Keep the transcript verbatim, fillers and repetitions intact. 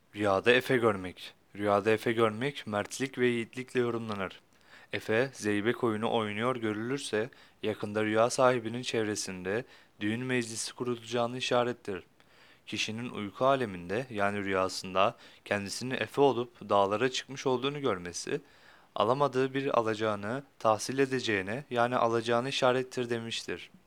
Rüyada Efe görmek. Rüyada Efe görmek mertlik ve yiğitlikle yorumlanır. Efe, zeybek oyunu oynuyor görülürse yakında rüya sahibinin çevresinde düğün meclisi kurulacağını işarettir. Kişinin uyku aleminde yani rüyasında kendisinin Efe olup dağlara çıkmış olduğunu görmesi, alamadığı bir alacağını tahsil edeceğine yani alacağını işarettir demiştir.